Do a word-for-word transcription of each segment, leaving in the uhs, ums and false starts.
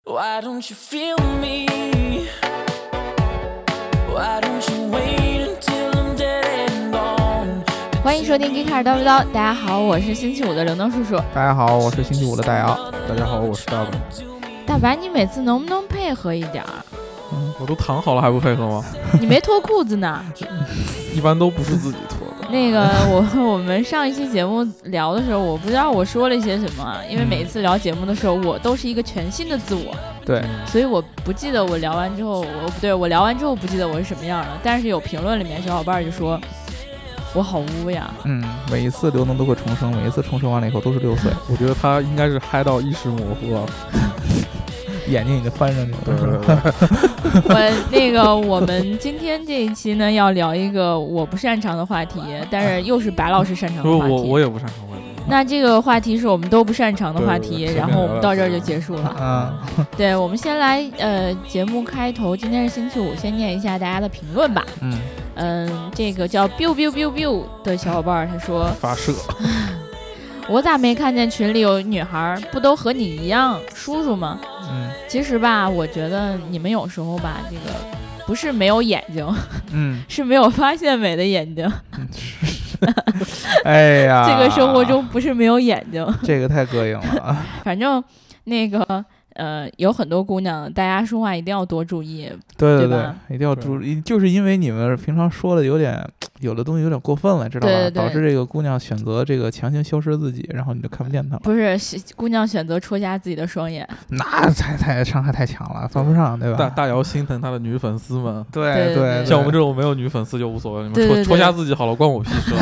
Why don't you feel me? Why don't you wait until I'm dead and gone? 欢迎收听《Geek 叨不叨》，大家好，我是星期五的刘能叔叔。 大家好，我是星期五的大姚。 大家好，我是大白。 大白，你每次能不能配合一点儿？ 嗯，我都躺好了还不配合吗？ 你没脱裤子呢。 一般都不是自己脱的。 那个我我们上一期节目聊的时候，我不知道我说了一些什么，因为每一次聊节目的时候，我都是一个全新的自我。 对， 所以我不记得我聊完之后，我不对，我聊完之后不记得我是什么样了。但是有评论里面小伙伴就说我好污呀。 嗯，每一次刘能都会重生，每一次重生完了以后都是六岁。 我觉得他应该是嗨到意识模糊了， 眼睛已经翻上去了。 对对对我那个我们今天这一期呢要聊一个我不擅长的话题，但是又是白老师擅长的话题。 我我也不擅长话题。 那这个话题是我们都不擅长的话题， 对对对， 然后我们到这儿就结束了。 嗯， 对，我们先来呃节目开头，今天是星期五，先念一下大家的评论吧。 嗯嗯，这个叫 biu biu biu biu 的小伙伴他说发射。 我咋没看见群里有女孩？不都和你一样叔叔吗？ 嗯， 其实吧，我觉得你们有时候吧，这个不是没有眼睛， 嗯， 是没有发现美的眼睛。 哎呀， 这个生活中不是没有眼睛， 这个太膈应了。 反正那个呃，有很多姑娘，大家说话一定要多注意。 对对对， 一定要注意，就是因为你们平常说的有点，有的东西有点过分了，知道吧？ 对对对， 导致这个姑娘选择这个强行消失自己，然后你就看不见她了。 不是，姑娘选择戳瞎自己的双眼， 那太太伤害太强了，犯不上，对吧？ 大大姚心疼他的女粉丝们。 对对对对， 像我们这种没有女粉丝就无所谓，你们戳对对对戳瞎自己好了，关我屁事。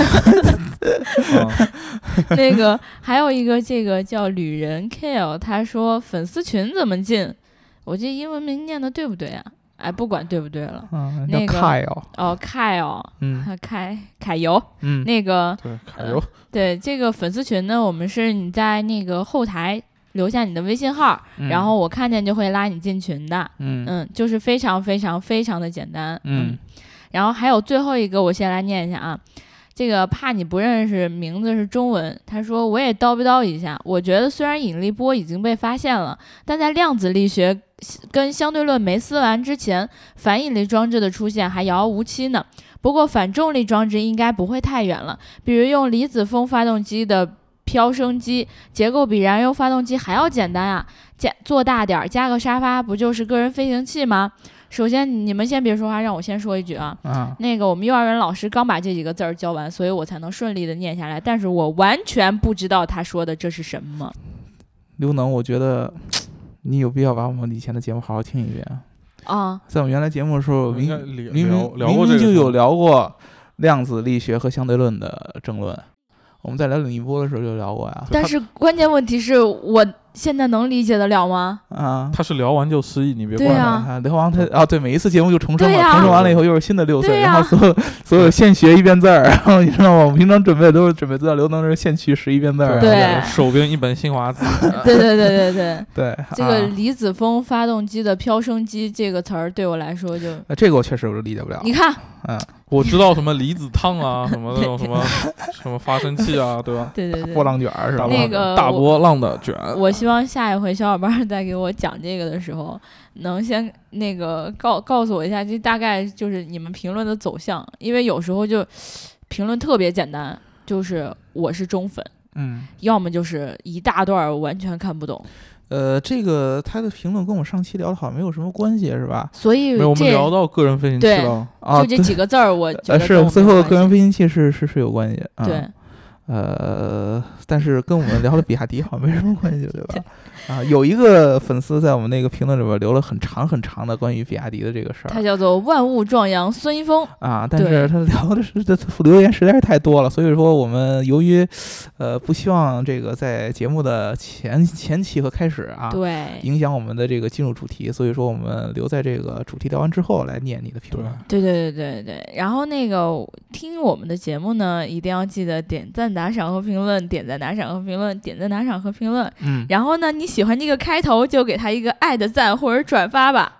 嗯、那个还有一个这个叫旅人 Kill， 他说粉丝群怎么进？我这英文名念的对不对啊？哎，不管对不对了。 嗯， 那个凯哦， 哦，凯哦， 嗯， 凯凯游， 嗯， 那个对，凯游、呃， 对这个粉丝群呢，我们是你在那个后台留下你的微信号，嗯、然后我看见就会拉你进群的， 嗯嗯，就是非常非常非常的简单， 嗯， 嗯然后还有最后一个，我先来念一下啊。这个怕你不认识，名字是中文。他说我也叨不叨一下，我觉得虽然引力波已经被发现了，但在量子力学跟相对论没撕完之前，反引力装置的出现还遥遥无期呢。不过反重力装置应该不会太远了，比如用离子风发动机的飘升机，结构比燃油发动机还要简单啊，加做大点加个沙发不就是个人飞行器吗？首先你们先别说话，让我先说一句啊， 啊那个我们幼儿园老师刚把这几个字儿教完，所以我才能顺利的念下来，但是我完全不知道他说的这是什么。 刘能，我觉得你有必要把我们以前的节目好好听一遍啊。 在我们原来节目的时候，明明明明明就有聊过量子力学和相对论的争论，我们在聊引力波的时候就聊过呀。 但是关键问题是我现在能理解得了吗？ 啊， 他是聊完就失忆，你别怪他。 啊，聊完他啊，对，每一次节目就重生了， 啊、 重生完了以后又是新的六岁， 啊、 然后所有所有现学一遍字儿，然后你知道吗？我们平常准备的都是准备资料，刘能是现取十一遍字儿， 对， 手边一本新华字。 对对对对对对， 这个离子风发动机的飘升机这个词儿对我来说就， 啊、这个我确实我理解不了。 你看， 嗯。 我知道什么离子烫啊，什么那种什么什么发生器啊，对吧？ 对对对， 波浪卷是吧？ 那个大波浪的卷。 我希望下一回小伙伴在给我讲这个的时候，能先那个告告诉我一下，这大概就是你们评论的走向，因为有时候就评论特别简单，就是我是中粉， 嗯， 要么就是一大段我完全看不懂。 呃，这个他的评论跟我上期聊的好像没有什么关系，是吧？ 所以没有，我们聊到个人飞行器了啊， 就这几个字儿，我觉得是最后的个人飞行器是是是有关系。啊、 对， 呃，但是跟我们聊的比亚迪好像没什么关系，对吧？啊，有一个粉丝在我们那个评论里边留了很长很长的关于比亚迪的这个事儿， 他叫做万物壮阳孙一峰啊，但是他聊的是这留言实在是太多了，所以说我们由于呃不希望这个在节目的前前期和开始啊， 对， 影响我们的这个进入主题，所以说我们留在这个主题聊完之后来念你的评论。 对对对对对，然后那个听我们的节目呢，一定要记得点赞、打赏和评论，点赞、打赏和评论，点赞、打赏和评论。 嗯， 然后呢，你喜欢这个开头就给他一个爱的赞或者转发吧。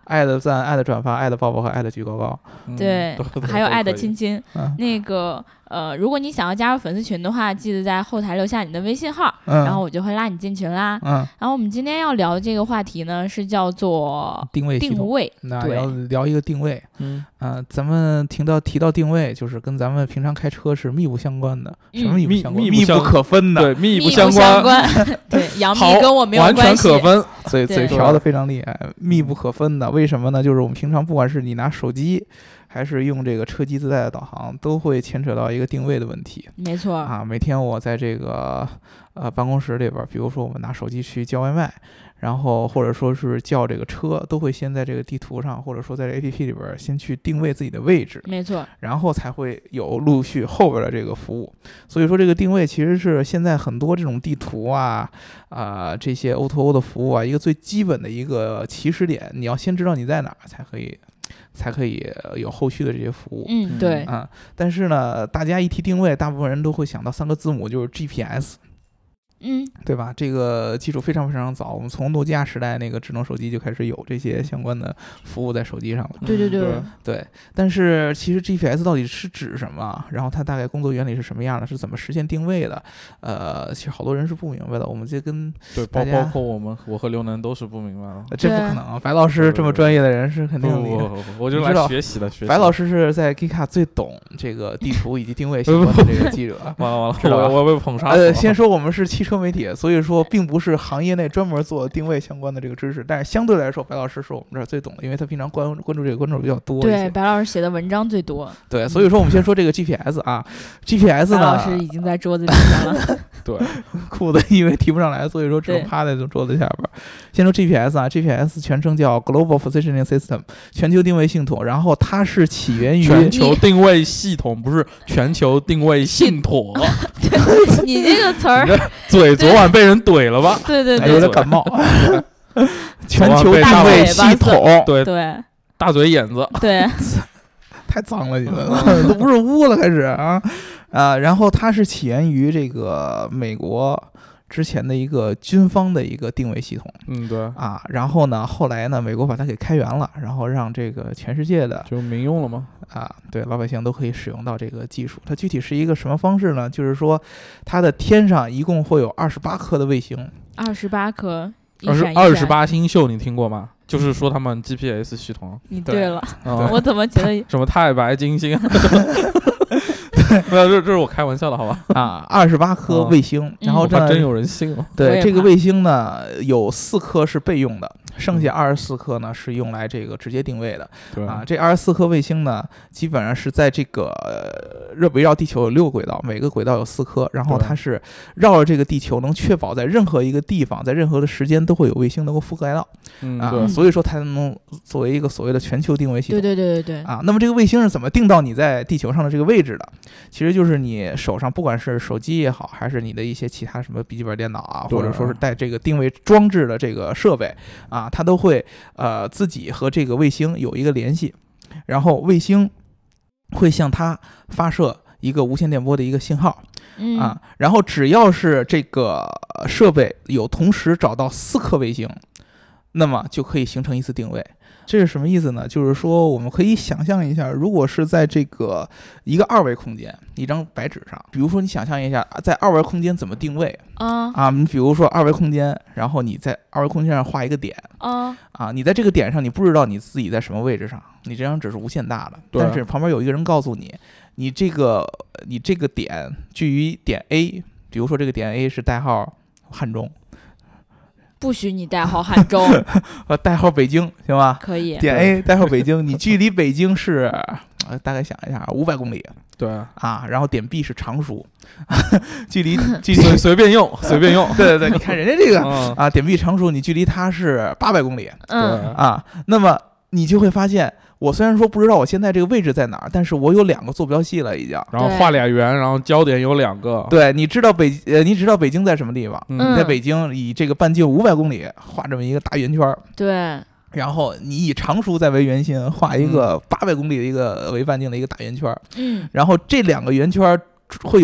爱的赞、爱的转发、爱的抱抱和爱的举高高。 嗯对都都还有爱的都可以亲亲。 嗯那个呃，如果你想要加入粉丝群的话，记得在后台留下你的微信号， 嗯， 然后我就会拉你进群啦。 嗯， 然后我们今天要聊的这个话题呢，是叫做定位系统。 定位。对那要聊一个定位， 嗯啊、咱们听到提到定位，就是跟咱们平常开车是密不相关的， 嗯什么密不密相关？密不密不相可分的， 对，密密不相相关， 对，杨幂好跟我没有完全关系。 可分。 嘴对嘴瓢的非常厉害，密不可分的。为什么呢？就是我们平常不管是你拿手机，还是用这个车机自带的导航，都会牵扯到一个定位的问题没错。 啊。每天我在这个呃办公室里边，比如说我们拿手机去叫外卖，然后或者说是叫这个车，都会先在这个地图上，或者说在这 A P P 里边先去定位自己的位置， 没错。 然后才会有陆续后边的这个服务。所以说这个定位其实是现在很多这种地图啊啊、这些 O to O 的服务啊，一个最基本的一个起始点，你要先知道你在哪儿，才可以才可以有后续的这些服务。 嗯，对。 啊，但是呢，大家一提定位，大部分人都会想到三个字母，就是 G P S。 嗯， 对吧？这个技术非常非常早，我们从诺基亚时代那个智能手机就开始有这些相关的服务在手机上了。 对对对对对，但是其实 G P S 到底是指什么？然后它大概工作原理是什么样的？是怎么实现定位的？呃，其实好多人是不明白的。我们这跟对，包大家包括我们，我和刘能都是不明白的。 呃这不可能啊，白老师这么专业的人是肯定不不厉害。 不不，我就来你知道学习的学习。 白老师是在 Gika 最懂这个地图以及定位相关的这个记者。 完了完了， 知道吧我我被捧杀死呃， 了。 先说我们是汽车媒体，所以说并不是行业内专门做定位相关的这个知识，但是相对来说，白老师是我们这儿最懂的，因为他平常关关注这个关注比较多一对， 些。 白老师写的文章最多。 对，所以说我们先说这个 G P S 啊，G P S 白呢， 老师已经在桌子底下了。 对， 裤子因为提不上来，所以说只能对趴在这桌子下边。先说 G P S 啊，G P S 全称叫 Global Positioning System， 全球定位系统。然后它是起源于全球定位系统，不是全球定位信妥。 你这个词儿， 嘴昨晚被人怼了吧？ 对对哎有对点感冒。全球定大位嘴巴系统， 对， 对大嘴眼子。 对， 太脏了，你们都不是污了，开始啊啊！然后它是起源于这个美国之前的一个军方的一个定位系统嗯，对， 啊，然后呢，后来呢，美国把它给开源了，然后让这个全世界的就民用了吗？ 啊，对老百姓都可以使用到这个技术。它具体是一个什么方式呢？就是说，它的天上一共会有二十八颗的卫星， 二十八颗，一二十闪一闪二十。八星宿，你听过吗？就是说他们 G P S 系统， 对你对了， 啊我怎么觉得什么太白金星？没有，这这是我开玩笑的，好吧？ 啊，二十八颗卫星，然后这我怕真有人信了。 我对也怕这个卫星呢，有四颗是备用的，剩下二十四颗呢是用来这个直接定位的对啊。这二十四颗卫星呢，基本上是在这个呃绕围绕地球有六个轨道，每个轨道有四颗，然后对它是绕着这个地球，能确保在任何一个地方，在任何的时间都会有卫星能够覆盖到嗯， 啊， 对， 所以说才能作为一个所谓的全球定位系统对。对对对对， 啊，那么这个卫星是怎么定到你在地球上的这个位置的？其实就是你手上不管是手机也好，还是你的一些其他什么笔记本电脑啊， 对或者说是带这个定位装置的这个设备啊，它都会呃自己和这个卫星有一个联系，然后卫星会向它发射一个无线电波的一个信号嗯啊，然后只要是这个设备有同时找到四颗卫星，那么就可以形成一次定位。这是什么意思呢？就是说，我们可以想象一下，如果是在这个一个二维空间，一张白纸上，比如说你想象一下，在二维空间怎么定位啊啊？你比如说二维空间，然后你在二维空间上画一个点啊啊，你在这个点上，你不知道你自己在什么位置上，你这张纸是无限大的， 对但是旁边有一个人告诉你，你这个你这个点距于点 A， 比如说这个点 A 是代号汉中， 不许你代号汉中， 呃，代号北京，行吧？ 可以。 点 A 代号北京，你距离北京是，呃，大概想一下，五百公里对， 啊。然后点 B 是常熟，距离距离随随便用，随便用。 对对对，你看人家这个嗯， 啊，点 B 常熟，你距离它是八百公里嗯， 啊。那么你就会发现，我虽然说不知道我现在这个位置在哪儿，但是我有两个坐标系了已经。 然后画俩圆，然后焦点有两个。 对，你知道北呃，你知道北京在什么地方？ 嗯你在北京以这个半径五百公里画这么一个大圆圈儿， 对， 然后你以常熟再为圆心画一个八百公里的一个为半径的一个大圆圈儿， 嗯然后这两个圆圈儿会有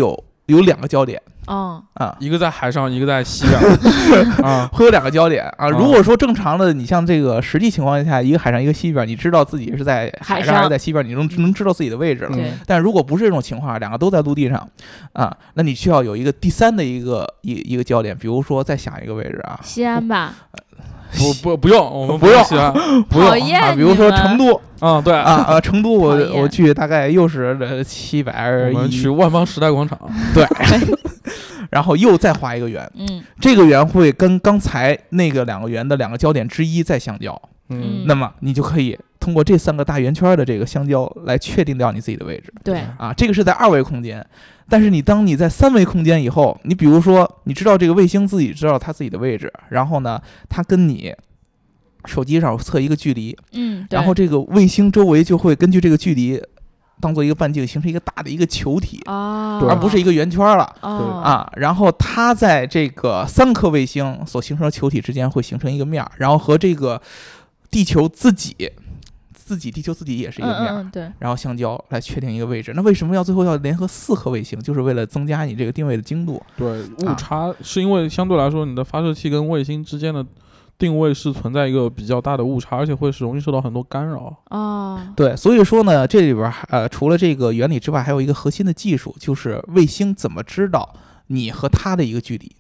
有两个焦点哦， 啊。 一个在海上，一个在西边啊， 会有两个焦点啊。 哦如果说正常的，你像这个实际情况下，一个海上一个西边，你知道自己是在海上还是在西边，你能能知道自己的位置了。 对， 但如果不是这种情况，两个都在陆地上啊，那你需要有一个第三的一个一一个焦点，比如说再想一个位置啊， 西安吧， 不不不用，我们不用喜欢不用讨厌啊，比如说你们成都啊，对啊啊，成都我讨厌我去大概又是呃七百我们一去万邦时代广场， 对，然后又再画一个圆， 嗯这个圆会跟刚才那个两个圆的两个焦点之一再相交， 嗯那么你就可以通过这三个大圆圈的这个相交来确定掉你自己的位置对， 啊。这个是在二维空间，但是你当你在三维空间以后，你比如说你知道这个卫星自己知道它自己的位置，然后呢，它跟你手机上测一个距离， 嗯，对然后这个卫星周围就会根据这个距离当做一个半径，形成一个大的一个球体， 哦， 而不是一个圆圈了。 哦啊，然后它在这个三颗卫星所形成的球体之间会形成一个面儿，然后和这个地球自己自己地球自己也是一个面儿， 嗯嗯对， 然后相交来确定一个位置。那为什么要最后要联合四颗卫星？就是为了增加你这个定位的精度。 对，误差是因为相对来说，你的发射器跟卫星之间的定位是存在一个比较大的误差，而且会是容易受到很多干扰。 哦， 对，所以说呢，这里边呃除了这个原理之外，还有一个核心的技术，就是卫星怎么知道你和它的一个距离。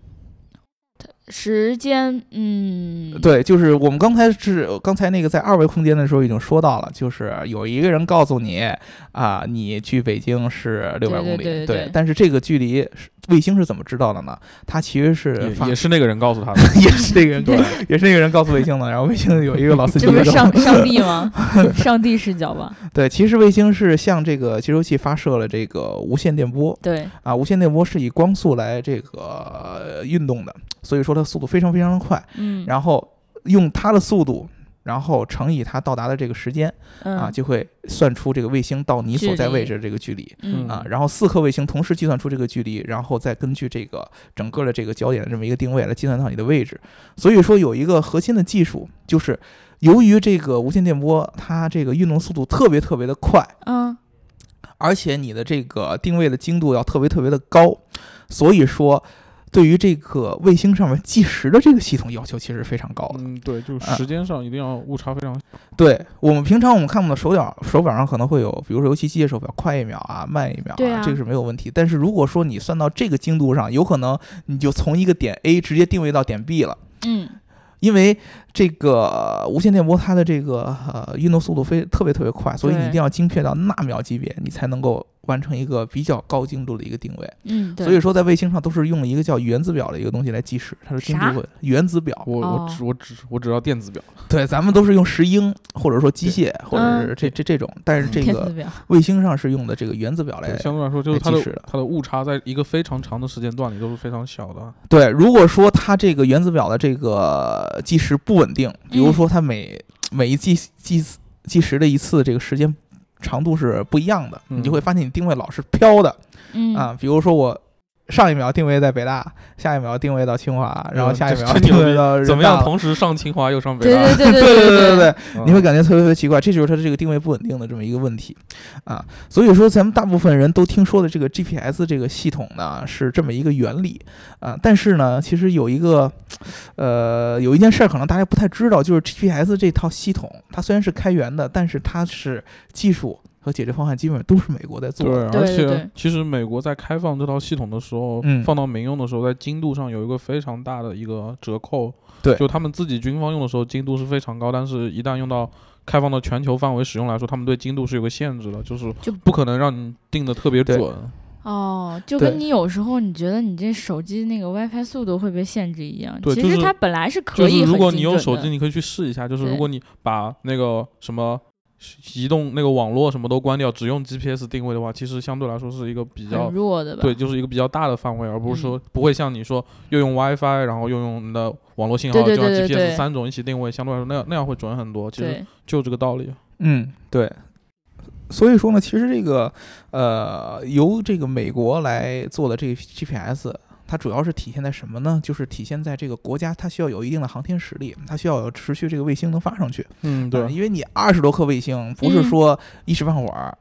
时间，嗯， 对，就是我们刚才是刚才那个在二维空间的时候已经说到了，就是有一个人告诉你啊，你去北京是六百公里， 对对对对但是这个距离卫星是怎么知道的呢？它其实是也发也是那个人告诉他的， 也是那个人对也是那个人告诉卫星的，然后卫星有一个老司机这不是就上上帝吗？上帝视角吧？ 对，其实卫星是向这个接收器发射了这个无线电波对， 啊，无线电波是以光速来这个、呃运动的，所以说它速度非常非常的快， 嗯， 然后用它的速度，然后乘以它到达的这个时间、 嗯啊，就会算出这个卫星到你所在位置的这个距离嗯啊。然后四颗卫星同时计算出这个距离，然后再根据这个整个的这个焦点的这么一个定位来计算到你的位置。所以说有一个核心的技术，就是由于这个无线电波它这个运动速度特别特别的快， 嗯而且你的这个定位的精度要特别特别的高，所以说对于这个卫星上面计时的这个系统要求其实非常高的。 嗯，对，就是时间上一定要误差非常小。 对我们平常我们看我们的手表，手表上可能会有，比如说尤其机械手表，快一秒啊，慢一秒对啊这个是没有问题。但是如果说你算到这个精度上，有可能你就从一个点 A 直接定位到点 B 了。 嗯， 因为这个无线电波它的这个呃运动速度非特别特别快，所以你对一定要精确到纳秒级别，你才能够完成一个比较高精度的一个定位。 嗯，对， 所以说在卫星上都是用了一个叫原子表的一个东西来计时，它的精度啥会原子表。 我哦我只我只我只要电子表， 对，咱们都是用石英或者说机械或者是嗯这这这种，但是这个电子表， 卫星上是用的这个原子表来对，相对来说就是它的来计时的。 它的误差在一个非常长的时间段里都是非常小的。 对，如果说它这个原子表的这个计时不稳定，比如说它每、每一计计计时的一次这个时间长度是不一样的， 嗯你就会发现你定位老是飘的、 嗯啊。比如说我上一秒定位在北大，下一秒定位到清华，然后下一秒这定位到人大怎么样同时上清华又上北对大？ 对对对对对对对， 嗯你会感觉特别特别奇怪，这就是它的这个定位不稳定的这么一个问题啊。所以说，咱们大部分人都听说的这个 G P S 这个系统呢，是这么一个原理啊。但是呢，其实有一个呃有一件事儿可能大家不太知道，就是 G P S 这套系统，它虽然是开源的，但是它是技术和解决方案基本上都是美国在做对， 的。 而且对对对其实美国在开放这套系统的时候， 嗯放到民用的时候，在精度上有一个非常大的一个折扣。 对就他们自己军方用的时候精度是非常高，但是一旦用到开放的全球范围使用来说，他们对精度是有个限制的，就是就不可能让你定的特别对准。 哦，就对跟你有时候你觉得你这手机那个 WiFi 速度会被限制一样， 对就是其实它本来是可就是以很如果你精准的用手机，你可以去试一下，就是对如果你把那个什么移动那个网络什么都关掉，只用 G P S 定位的话，其实相对来说是一个比较很弱的吧？ 对，就是一个比较大的范围，而不是说、 嗯不会像你说又用 WiFi，然后又用你的网络信号， 对对就像对对 G P 对 S 三种一起定位，相对来说那样那样会准很多。其实对， 就这个道理。 嗯，对。所以说呢，其实这个呃，由这个美国来做的这个 G P S，它主要是体现在什么呢？就是体现在这个国家它需要有一定的航天实力，它需要有持续这个卫星能发上去。 嗯， 呃对， 因为你二十多颗卫星，不是嗯说一时半会儿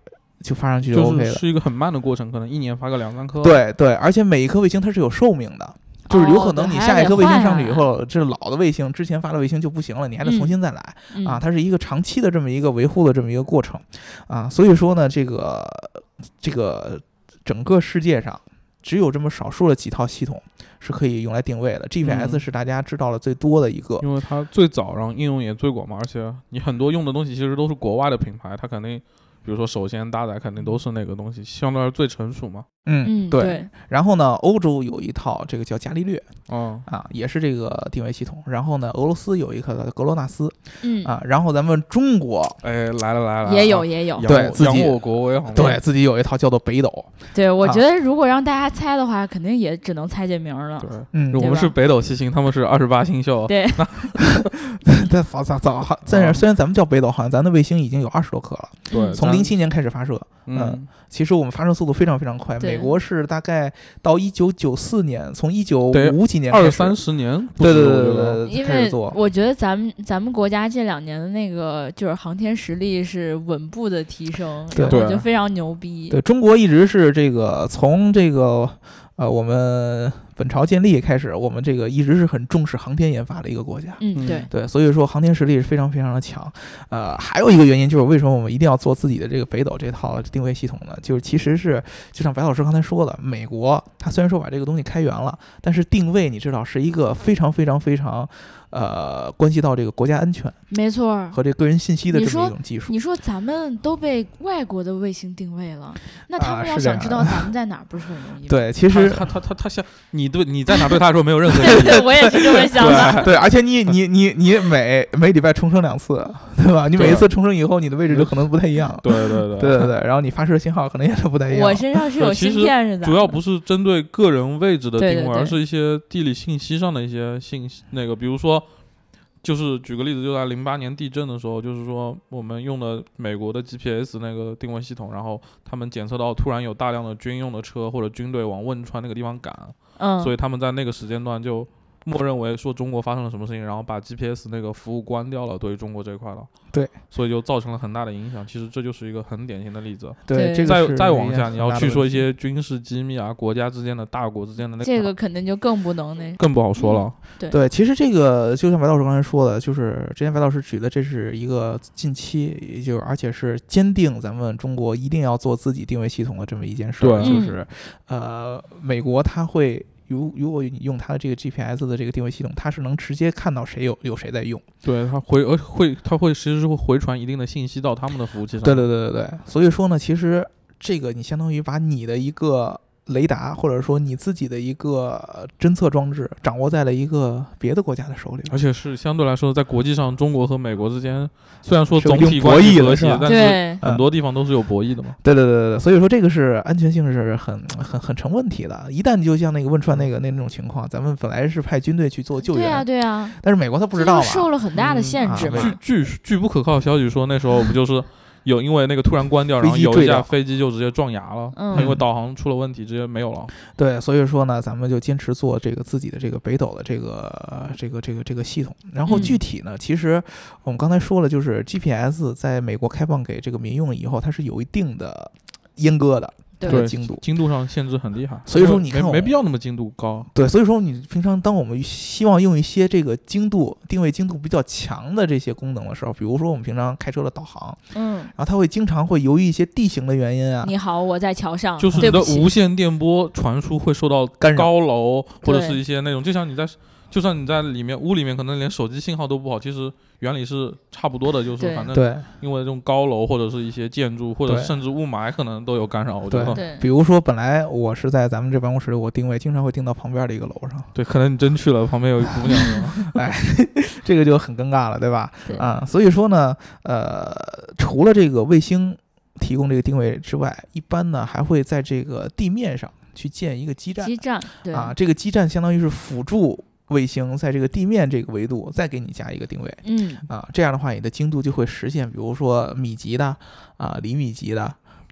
就发上去就 OK 了。 就是是一个很慢的过程，可能一年发个两三颗。 对对，而且每一颗卫星它是有寿命的。就是有可能你下一颗卫星上去以后，这老的卫星之前发的卫星就不行了，你还得重新再来、 嗯、 啊！它是一个长期的这么一个维护的这么一个过程啊，所以说呢，这个这个整个世界上只有这么少数的几套系统是可以用来定位的 ，G P S 是大家知道的最多的一个， 因为它最早，然后应用也最广嘛，而且你很多用的东西其实都是国外的品牌，它肯定。比如说，首先搭载肯定都是那个东西，相对而言最成熟嘛。 嗯，对。 对然后呢，欧洲有一套这个叫伽利略， 哦啊，也是这个定位系统。然后呢，俄罗斯有一个格罗纳斯， 嗯啊，然后咱们中国， 哎，来了来了， 也有也有， 对，自己扬我国威， 对自己有一套叫做北斗。 对，我觉得如果让大家猜的话，肯定也只能猜这名了。 对， 嗯， 我们是北斗七星，他们是二十八星宿。 对， 在早早早，在虽然咱们叫北斗，好像咱的卫星已经有二十多颗了。 对， 从零七年开始发射。 嗯， 嗯，其实我们发射速度非常非常快，美国是大概到一九九四年，从一九五几年二三十年， 对对对对对， 因为我觉得咱们咱们国家这两年的那个就是航天实力是稳步的提升， 对， 然后就非常牛逼。 对，中国一直是这个从这个呃我们本朝建立开始，我们这个一直是很重视航天研发的一个国家。 嗯，对对，所以说航天实力是非常非常的强。呃，还有一个原因就是为什么我们一定要做自己的这个北斗这套定位系统呢？就是其实是就像白老师刚才说的，美国它虽然说把这个东西开源了，但是定位你知道是一个非常非常非常呃关系到这个国家安全， 没错， 和这个个人信息的这么一种技术。 你说咱们都被外国的卫星定位了，那他们要啊想知道咱们在哪儿，不是很容易吗？ 对，其实他他他他想你对你在哪对他说没有任何意义。 对，我也是这么想的。 对，而且你你你你每每礼拜重生两次，对吧？你每一次重生以后，你的位置就可能不太一样。 对对对对对对，然后你发射信号可能也是不太一样。 我身上是有芯片是咋？ 主要不是针对个人位置的定位， 对对对， 而是一些地理信息上的一些信息。那个比如说。就是举个例子，就在零八年地震的时候，就是说我们用了美国的 G P S 那个定位系统，然后他们检测到突然有大量的军用的车或者军队往汶川那个地方赶， 嗯， 所以他们在那个时间段就默认为说中国发生了什么事情，然后把 G P S 那个服务关掉了，对于中国这一块了。 对， 所以就造成了很大的影响。其实这就是一个很典型的例子。 对，这个再再往下，你要去说一些军事机密啊，国家之间的大国之间的那个， 这个肯定就更不能那更不好说了。嗯、 对对，其实这个就像白老师刚才说的，就是之前白老师举的，这是一个近期，也就而且是坚定咱们中国一定要做自己定位系统的这么一件事。 对， 就是、嗯、呃，美国它会。如如果你用它的这个 G P S 的这个定位系统，它是能直接看到谁有有谁在用， 对，它回呃会它会其实是会回传一定的信息到他们的服务器上。 对对对对对，所以说呢，其实这个你相当于把你的一个雷达或者说你自己的一个侦测装置掌握在了一个别的国家的手里， 而且是相对来说在国际上，中国和美国之间虽然说总体博弈和谐， 但是很多地方都是有博弈的嘛。 对对对对对，所以说这个是安全性是很很很成问题的。一旦就像那个汶川那个那种情况，咱们本来是派军队去做救援， 对啊对啊， 但是美国他不知道嘛， 受了很大的限制嘛。 嗯啊、 据据据不可靠消息说，那时候不就是有因为那个突然关掉，然后有一架飞机就直接撞崖了， 嗯， 它因为导航出了问题，直接没有了。 对，所以说呢，咱们就坚持做这个自己的这个北斗的这个这个这个这个系统。然后具体呢， 嗯、 其实我们刚才说了，就是 G P S 在美国开放给这个民用以后，它是有一定的阉割的。 对， 精度精度上限制很厉害， 所以说你看没没必要那么精度高。 对，所以说你平常当我们希望用一些这个精度定位精度比较强的这些功能的时候，比如说我们平常开车的导航， 嗯， 然后它会经常会由于一些地形的原因啊， 你好，我在桥上， 就是你的无线电波传输会受到干扰， 高楼或者是一些那种，就像你在。就算你在里面屋里面可能连手机信号都不好，其实原理是差不多的，就是反正对， 因为这种高楼或者是一些建筑或者甚至雾霾可能都有干扰。我觉得， 对， 比如说本来我是在咱们这办公室里，我定位经常会定到旁边的一个楼上， 对，可能你真去了，旁边有一姑娘， 哎，这个就很尴尬了，对吧？ 对啊，所以说呢，呃，除了这个卫星提供这个定位之外，一般呢还会在这个地面上去建一个基站， 基站，对啊，这个基站相当于是辅助卫星在这个地面这个维度再给你加一个定位， 嗯啊，这样的话你的精度就会实现，比如说米级的啊、厘米级的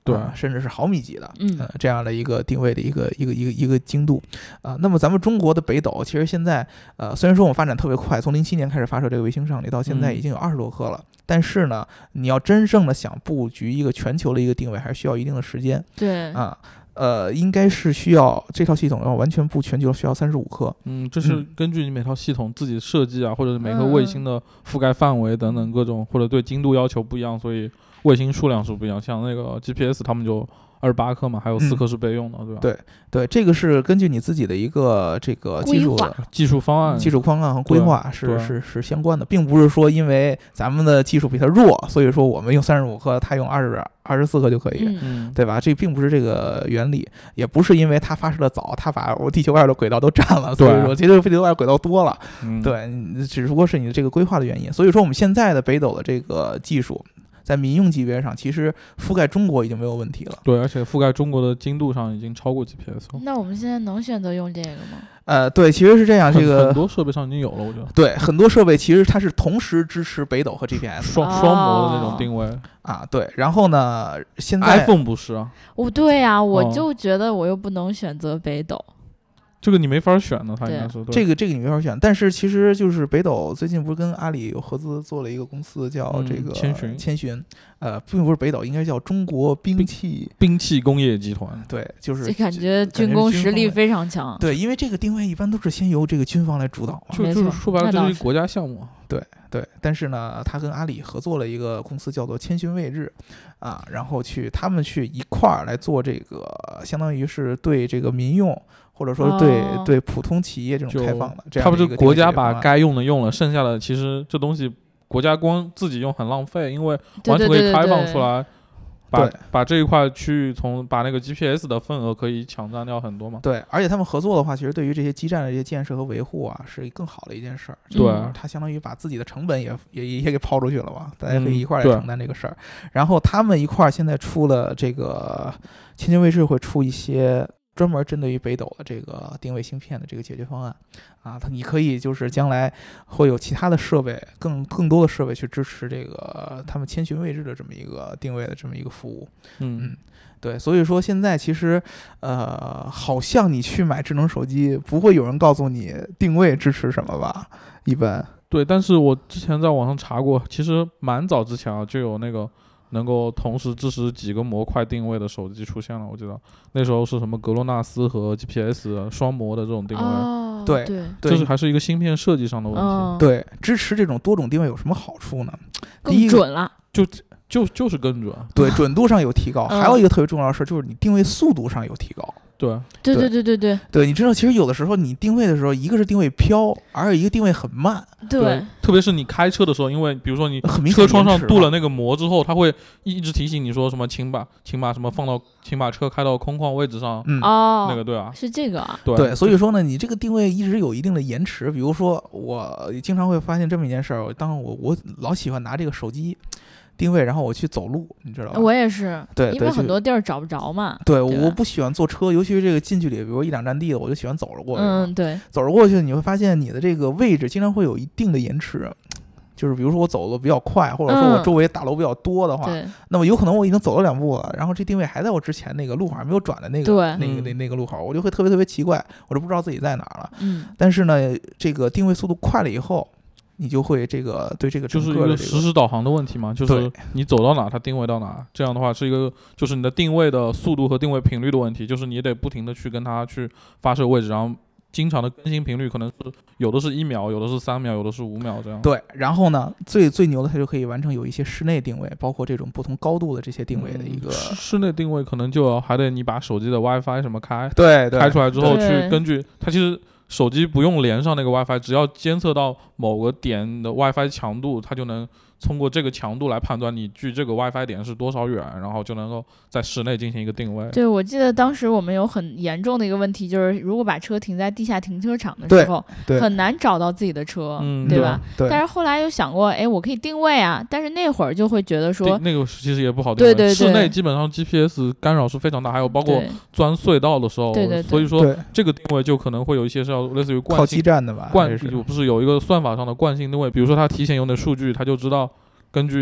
对、 啊，甚至是毫米级的， 嗯呃，这样的一个定位的一个一个一个一个精度啊、呃。那么咱们中国的北斗，其实现在呃，虽然说我们发展特别快，从零七年开始发射这个卫星上去，到现在已经有二十多颗了，嗯、但是呢，你要真正的想布局一个全球的一个定位，还是需要一定的时间。 对啊。呃，应该是需要这套系统要完全布全球需要三十五颗。 嗯，这是根据你每套系统自己设计啊，嗯、或者每个卫星的覆盖范围等等各种，或者对精度要求不一样，所以卫星数量是不一样。像那个 G P S 他们就二十八颗嘛，还有四颗是备用的， 嗯、 对吧？ 对对，这个是根据你自己的一个这个技术的技术方案、 技术方案和规划是是是相关的，并不是说因为咱们的技术比它弱，所以说我们用三十五颗，它用二十二十四颗就可以， 嗯、 对吧？这并不是这个原理，也不是因为它发射的早，它把我地球外的轨道都占了，所以说其实地球外轨道多了， 嗯、 对，只不过是你的这个规划的原因。所以说我们现在的北斗的这个技术，在民用级别上，其实覆盖中国已经没有问题了。 对，而且覆盖中国的精度上已经超过 G P S 了。 那我们现在能选择用这个吗？ 呃，对，其实是这样，这个很多设备上已经有了，我觉得。 对，很多设备其实它是同时支持北斗和 G P S 双双模的那种定位啊。对，然后呢，现在 iPhone 不是啊。 哦，对呀、啊，我哦就觉得我又不能选择北斗。 这个你没法选的，它应该是这个这个你没法选，但是其实就是北斗最近不是跟阿里有合资做了一个公司叫这个千寻， 千寻，呃，并不是北斗，应该叫中国兵器兵器工业集团。 对，就是这感觉军工实力非常强。 对，因为这个定位一般都是先由这个军方来主导嘛， 就就是说白了，这是一个国家项目。 对对，但是呢，他跟阿里合作了一个公司叫做千寻卫日，啊，然后去他们去一块儿来做这个，相当于是对这个民用。或者说对、 哦、 对普通企业这种开放的，这样它不是国家把该用的用了，剩下的其实这东西国家光自己用很浪费，因为完全可以开放出来，把把这一块区域从把那个 G P S 的份额可以抢占掉很多嘛。 对，而且他们合作的话，其实对于这些基站的这些建设和维护啊，是更好的一件事儿。 对， 它相当于把自己的成本也也也给抛出去了嘛，大家可以一块儿来承担这个事儿、嗯。然后他们一块儿现在出了这个千寻卫视会出一些。专门针对于北斗的这个定位芯片的这个解决方案啊，它你可以就是将来会有其他的设备，更更多的设备去支持这个他们千寻卫视的这么一个定位的这么一个服务。 嗯嗯，对，所以说现在其实呃，好像你去买智能手机，不会有人告诉你定位支持什么吧？一般对，但是我之前在网上查过，其实蛮早之前啊就有那个。能够同时支持几个模块定位的手机出现了，我记得那时候是什么格洛纳斯和 G P S 双模的这种定位， 哦、 对对， 这是还是一个芯片设计上的问题。 嗯、 对，支持这种多种定位有什么好处呢？ 更准了， 就就就是更准， 对，准度上有提高。 嗯、 还有一个特别重要的事就是你定位速度上有提高。 对对对对对对对，你知道，其实有的时候你定位的时候，一个是定位飘，而有一个定位很慢。 对， 对特别是你开车的时候，因为比如说你很明车窗上镀了那个膜之后，它会一直提醒你说什么，请把请把什么放到，请把车开到空旷位置上。 嗯， 哦， 那个对啊， 是这个啊。 对对，所以说呢，你这个定位一直有一定的延迟。比如说，我经常会发现这么一件事儿，当我我老喜欢拿这个手机。定位，然后我去走路，你知道吧？ 我也是， 对， 因为很多地儿找不着嘛。 对， 对我不喜欢坐车，尤其是这个近距离，比如一两站地的，我就喜欢走着过去。 嗯，对， 走着过去，你会发现你的这个位置经常会有一定的延迟。就是比如说我走的比较快，或者说我周围大楼比较多的话， 嗯、 那么有可能我已经走了两步了，然后这定位还在我之前那个路口还没有转的那个那个那那个路口，我就会特别特别奇怪，我就不知道自己在哪了。 嗯， 但是呢，这个定位速度快了以后。你就会这个对这个就是一个实时导航的问题嘛，就是你走到哪它定位到哪，这样的话是一个就是你的定位的速度和定位频率的问题，就是你得不停的去跟它去发射位置，然后经常的更新频率可能是有的是一秒，有的是三秒，有的是五秒这样。 对，然后呢，最最牛的它就可以完成有一些室内定位，包括这种不同高度的这些定位的一个、 嗯、室内定位，可能就还得你把手机的 WiFi 什么开， 对，对开出来之后去根据它其实。手机不用连上那个 WiFi， 只要监测到某个点的 WiFi 强度，它就能通过这个强度来判断你距这个 WiFi 点是多少远，然后就能够在室内进行一个定位。 对，我记得当时我们有很严重的一个问题，就是如果把车停在地下停车场的时候，很难找到自己的车， 嗯、 对吧？ 对。 但是后来又想过，哎，我可以定位啊，但是那会儿就会觉得说， 那个其实也不好定位。 对对对， 室内基本上 G P S 干扰是非常大，还有包括钻隧道的时候， 对对对， 所以说这个定位就可能会有一些是要类似于惯性靠基站的吧？ 惯有不是有一个算法上的惯性定位，比如说它提前有点数据，它就知道根据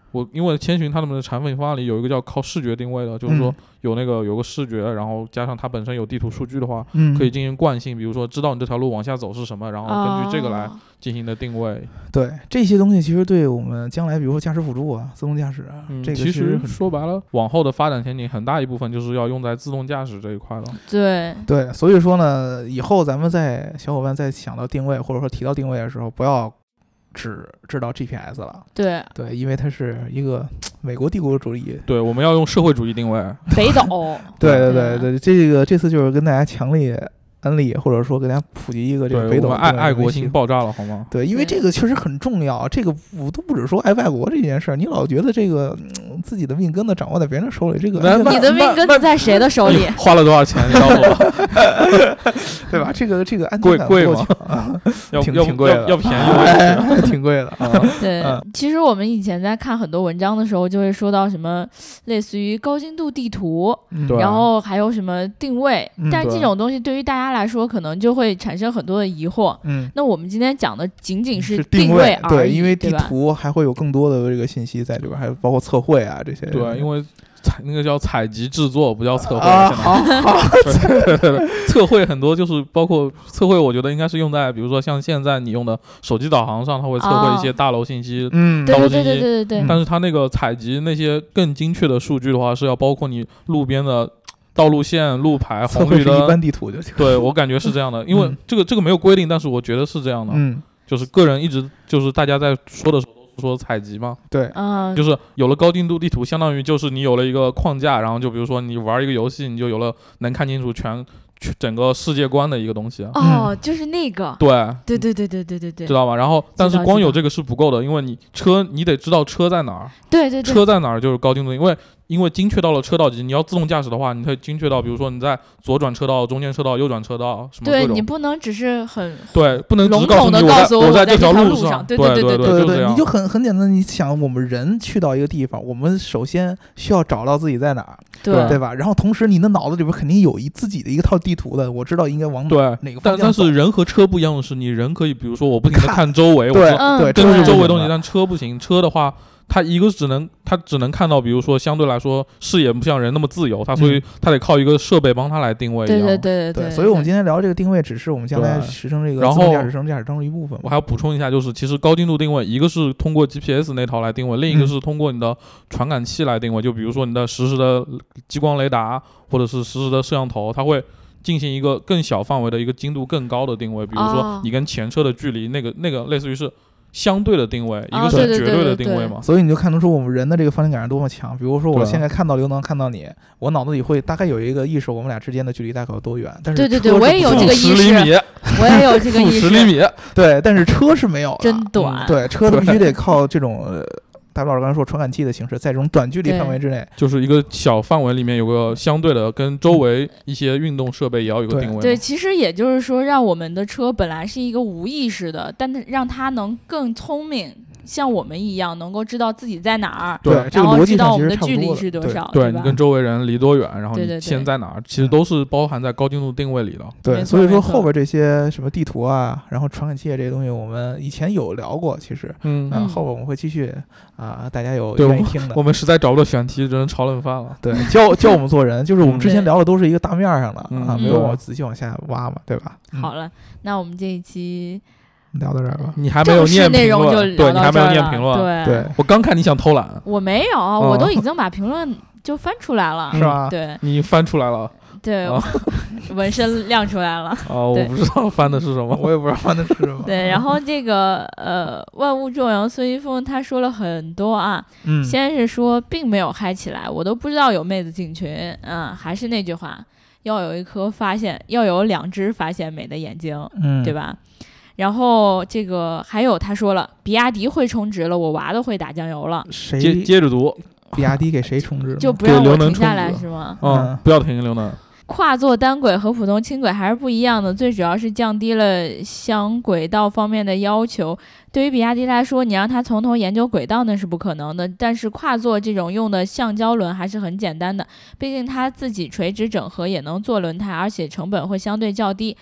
我因为千寻他们的产品方案里有一个叫靠视觉定位的，就是说有那个有个视觉，然后加上它本身有地图数据的话， 嗯， 可以进行惯性，比如说知道你这条路往下走是什么，然后根据这个来进行的定位。 哦、 对这些东西，其实对我们将来，比如说驾驶辅助啊、自动驾驶啊， 嗯、 这个其实很说白了，往后的发展前景很大一部分就是要用在自动驾驶这一块了。 对对，所以说呢，以后咱们在小伙伴在想到定位或者说提到定位的时候，不要只知道 G P S 了。 对对，因为它是一个美国帝国主义。 对，我们要用社会主义定位。 北斗。 对对对对，这个这次就是跟大家强烈安利，或者说给大家普及一个这个北斗爱爱国心爆炸了，好吗？ 对，因为这个确实很重要。这个我都不只说爱外国这件事儿，你老觉得这个、嗯、自己的命根子掌握在别人手里，这个你的命根子在谁的手里？ 花了多少钱？你告诉我， 对吧？这个这个安贵贵吗？要挺挺贵的， 要便宜， 挺贵的啊。 对、嗯，其实我们以前在看很多文章的时候，就会说到什么类似于高精度地图， 嗯、 然后还有什么定位， 嗯、 但是这种东西对于大家来说，可能就会产生很多的疑惑。 嗯， 那我们今天讲的仅仅是定位而已， 对，因为地图还会有更多的这个信息在里边，还有包括测绘啊这些。 对，因为采那个叫采集制作，不叫测绘。 啊，好好， 对对对，测绘很多就是包括测绘，我觉得应该是用在比如说像现在你用的手机导航上，它会测绘一些大楼信息， 嗯， 道路信息。 对对对对对对。 但是它那个采集那些更精确的数据的话，是要包括你路边的道路线、路牌、红绿灯。 一般地图就对，我感觉是这样的，因为这个这个没有规定，但是我觉得是这样的。 嗯， 就是个人一直就是大家在说的时候都是说采集嘛。 对， 嗯， 就是有了高精度地图，相当于就是你有了一个框架，然后就比如说你玩一个游戏，你就有了能看清楚全整个世界观的一个东西。 哦，就是那个。 对对对对对对对对， 知道吗？然后但是光有这个是不够的，因为你车你得知道车在哪儿。 对对对， 车在哪儿就是高精度，因为因为精确到了车道级，你要自动驾驶的话，你可以精确到，比如说你在左转车道、中间车道、右转车道什么各种。 对，你不能只是很对，不能只告诉你我在我在这条路上。 对对对对对， 你就很很简单，你想我们人去到一个地方，我们首先需要找到自己在哪儿， 对对吧？然后同时你的脑子里边肯定有一自己的一个套地图的，我知道应该往对哪个方向走。 但但是人和车不一样的是，你人可以比如说我不停的看周围， 对嗯、 对， 根据周围东西，但车不行，车的话。它一个只能它只能看到，比如说相对来说视野不像人那么自由，它所以它得靠一个设备帮它来定位一样。 对对对对对。所以我们今天聊这个定位，只是我们将来实成这个自动驾驶、自动驾驶当中一部分。 我还要补充一下，就是其实高精度定位，一个是通过 G P S 那套来定位，另一个是通过你的传感器来定位。就比如说你的实时的激光雷达或者是实时的摄像头，它会进行一个更小范围的一个精度更高的定位。比如说你跟前车的距离，那个那个类似于是。相对的定位，一个是绝对的定位嘛， 所以你就看得出我们人的这个方向感是多么强。比如说我现在看到刘能，看到你，我脑子里会大概有一个意识，我们俩之间的距离大概有多远。但是对对对，我也有这个意识，我也有这个意识， 十厘米， 对，但是车是没有的， 真短。 嗯、对，车必须得靠这种。呃大老师刚才说传感器的形式，在这种短距离范围之内， 就是一个小范围里面有个相对的，跟周围一些运动设备也要有个定位。 对，其实也就是说，让我们的车本来是一个无意识的，但让它能更聪明，像我们一样能够知道自己在哪儿， 对， 然后知道我们的距离是多少， 对，你跟周围人离多远，然后对对对你先在哪儿，其实都是包含在高精度定位里的。 对，所以说后边这些什么地图啊，然后传感器这些东西，我们以前有聊过，其实， 嗯， 啊，后边我们会继续啊，大家有愿意听的。 我们实在找不到选题，只能炒冷饭了。 对，教教我们做人，就是我们之前聊的都是一个大面上的啊，没有往仔细往下挖嘛，对吧？ 好了，那我们这一期。 聊到这儿吧， 你还没有念评论，对，你还没有念评论， 对， 对我刚看你想偷懒， 我没有，我都已经把评论就翻出来了， 是吧？ 对， 你翻出来了， 对，纹身亮出来了。 哦，我不知道翻的是什么， 我也不知道翻的是什么。 对，然后这个呃，万物众阳孙一峰他说了很多啊， 嗯， 先是说并没有嗨起来，我都不知道有妹子进群，嗯，还是那句话，要有一颗发现，要有两只发现美的眼睛， 嗯， 对吧？然后这个还有他说了，比亚迪会充值了，我娃都会打酱油了。 谁接接着读？ 比亚迪给谁充值？ 就不让我停下来是吗？ 嗯，不要停，刘能。 跨座单轨和普通轻轨还是不一样的，最主要是降低了相轨道方面的要求。对于比亚迪来说，你让它从头研究轨道那是不可能的，但是跨座这种用的橡胶轮还是很简单的，毕竟它自己垂直整合也能做轮胎，而且成本会相对较低。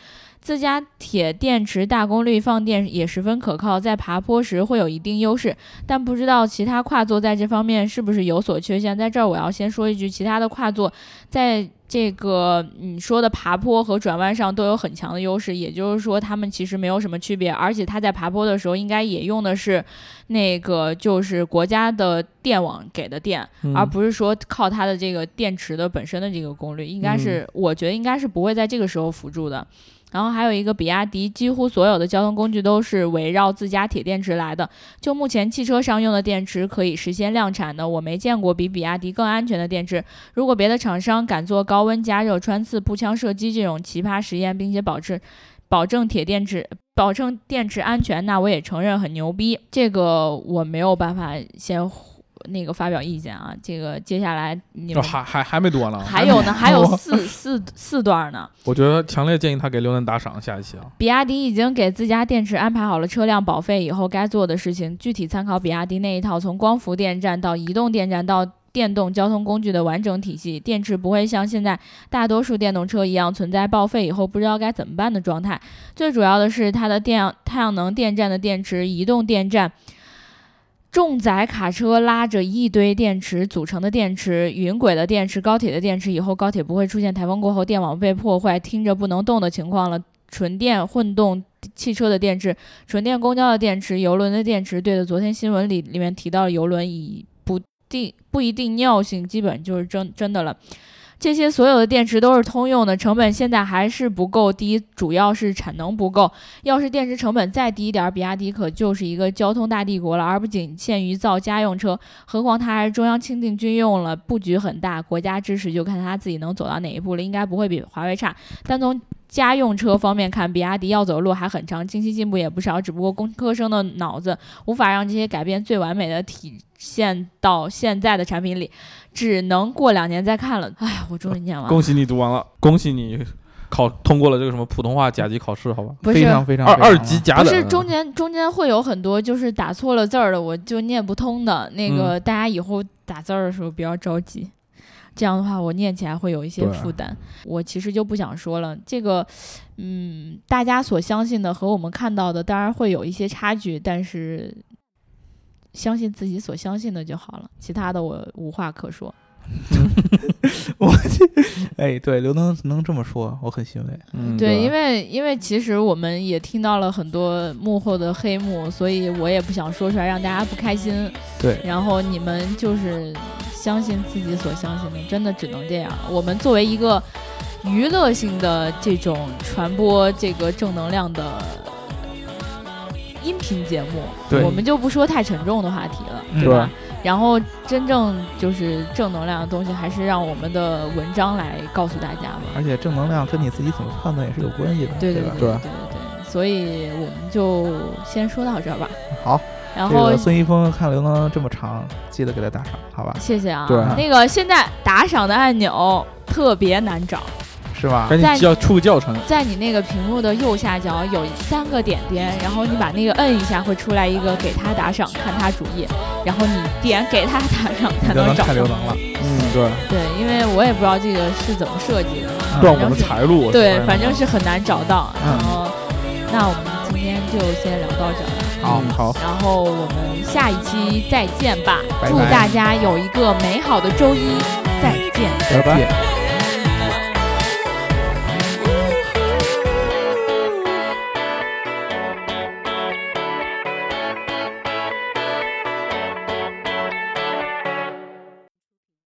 自家铁电池大功率放电也十分可靠，在爬坡时会有一定优势，但不知道其他跨座在这方面是不是有所缺陷。在这儿我要先说一句，其他的跨座在这个你说的爬坡和转弯上都有很强的优势，也就是说他们其实没有什么区别，而且它在爬坡的时候应该也用的是那个就是国家的电网给的电、嗯、而不是说靠它的这个电池的本身的这个功率，应该是、嗯、我觉得应该是不会在这个时候辅助的。然后还有一个比亚迪几乎所有的交通工具都是围绕自家铁电池来的，就目前汽车上用的电池可以实现量产的，我没见过比比亚迪更安全的电池。如果别的厂商敢做高温加热穿刺步枪射击这种奇葩实验，并且保持保证铁电池保证电池安全，那我也承认很牛逼，这个我没有办法先那个发表意见啊，这个接下来你们、 哦、还还还没读完呢， 还有呢，还有四四四段呢。 我觉得强烈建议他给刘能打赏下一期啊。 比亚迪已经给自家电池安排好了车辆保费以后该做的事情，具体参考比亚迪那一套从光伏电站到移动电站到电动交通工具的完整体系，电池不会像现在大多数电动车一样存在报废以后不知道该怎么办的状态。最主要的是它的电太阳能电站的电池，移动电站重载卡车拉着一堆电池组成的电池，云轨的电池，高铁的电池，以后高铁不会出现台风过后电网被破坏听着不能动的情况了。纯电混动汽车的电池，纯电公交的电池，邮轮的电池。对的，昨天新闻里里面提到了邮轮以不定不一定尿性，基本就是真真的了。这些所有的电池都是通用的，成本现在还是不够低，主要是产能不够。要是电池成本再低一点，比亚迪可就是一个交通大帝国了，而不仅限于造家用车。何况它还是中央轻定军用了，布局很大，国家支持就看它自己能走到哪一步了，应该不会比华为差。但从家用车方面看，比亚迪要走的路还很长，惊喜进步也不少，只不过工科生的脑子无法让这些改变最完美的体现到现在的产品里，只能过两年再看了。哎，我终于念完了， 恭喜你读完了，恭喜你考通过了这个什么普通话甲级考试，好吧？ 不是非常非常二二级甲等， 不是中间中间会有很多就是打错了字儿的，我就念不通的那个、嗯，大家以后打字儿的时候不要着急。这样的话我念起来会有一些负担，我其实就不想说了。这个嗯，大家所相信的和我们看到的当然会有一些差距，但是相信自己所相信的就好了，其他的我无话可说。 我哎，对，刘能能这么说，我很欣慰。 嗯，对，因为因为其实我们也听到了很多幕后的黑幕，所以我也不想说出来让大家不开心。 对， 然后你们就是相信自己所相信的，真的只能这样。我们作为一个娱乐性的这种传播这个正能量的音频节目，我们就不说太沉重的话题了，对吧？然后真正就是正能量的东西，还是让我们的文章来告诉大家嘛。 而且正能量跟你自己怎么判断也是有关系的， 对对对吧？ 对对对对。所以我们就先说到这儿吧。 好。 然后、 这个、孙一峰看刘能这么长，记得给他打赏，好吧？ 谢谢啊。 对， 那个现在打赏的按钮特别难找。 是吧？ 赶紧要出个教程， 在你那个屏幕的右下角有三个点点，然后你把那个摁一下，会出来一个给他打赏，看他主页，然后你点给他打赏才能找看刘能了。 嗯，对对，因为我也不知道这个是怎么设计的， 断我们财路。 对，反正是很难找到。然后，那我们今天就先聊到这儿。 好，好。 然后我们下一期再见吧， 拜拜， 祝大家有一个美好的周一，再见， 再见。